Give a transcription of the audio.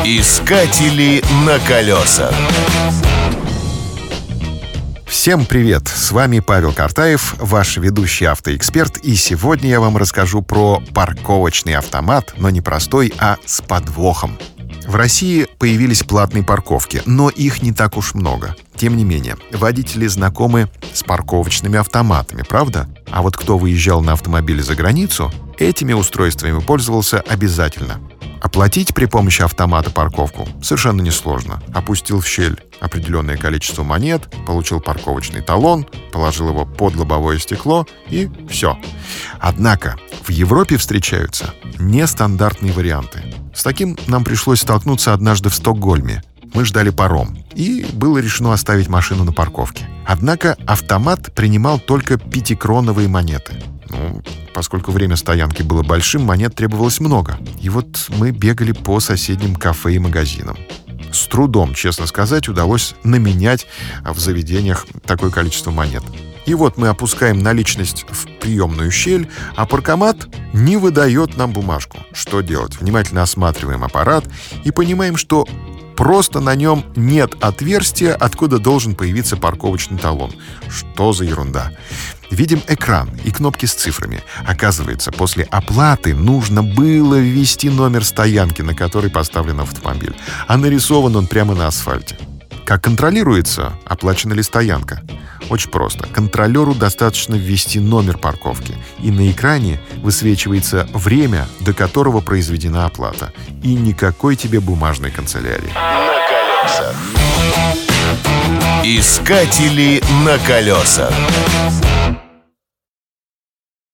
Искатели на колесах. Всем привет! С вами Павел Картаев, ваш ведущий автоэксперт, и сегодня я вам расскажу про парковочный автомат, но не простой, а с подвохом. В России появились платные парковки, но их не так уж много. Тем не менее, водители знакомы с парковочными автоматами, правда? А вот кто выезжал на автомобиле за границу, этими устройствами пользовался обязательно. Оплатить при помощи автомата парковку совершенно несложно. Опустил в щель определенное количество монет, получил парковочный талон, положил его под лобовое стекло и все. Однако в Европе встречаются нестандартные варианты. С таким нам пришлось столкнуться однажды в Стокгольме. Мы ждали паром, и было решено оставить машину на парковке. Однако автомат принимал только 5-кроновые монеты. Поскольку время стоянки было большим, монет требовалось много. И вот мы бегали по соседним кафе и магазинам. С трудом, честно сказать, удалось наменять в заведениях такое количество монет. И вот мы опускаем наличность в приемную щель, а паркомат не выдает нам бумажку. Что делать? Внимательно осматриваем аппарат и понимаем, что просто на нем нет отверстия, откуда должен появиться парковочный талон. Что за ерунда? Видим экран и кнопки с цифрами. Оказывается, после оплаты нужно было ввести номер стоянки, на которой поставлен автомобиль. А нарисован он прямо на асфальте. Как контролируется, оплачена ли стоянка? Очень просто. Контролеру достаточно ввести номер парковки, и на экране высвечивается время, до которого произведена оплата. И никакой тебе бумажной канцелярии. На колесах. Искатели на колесах.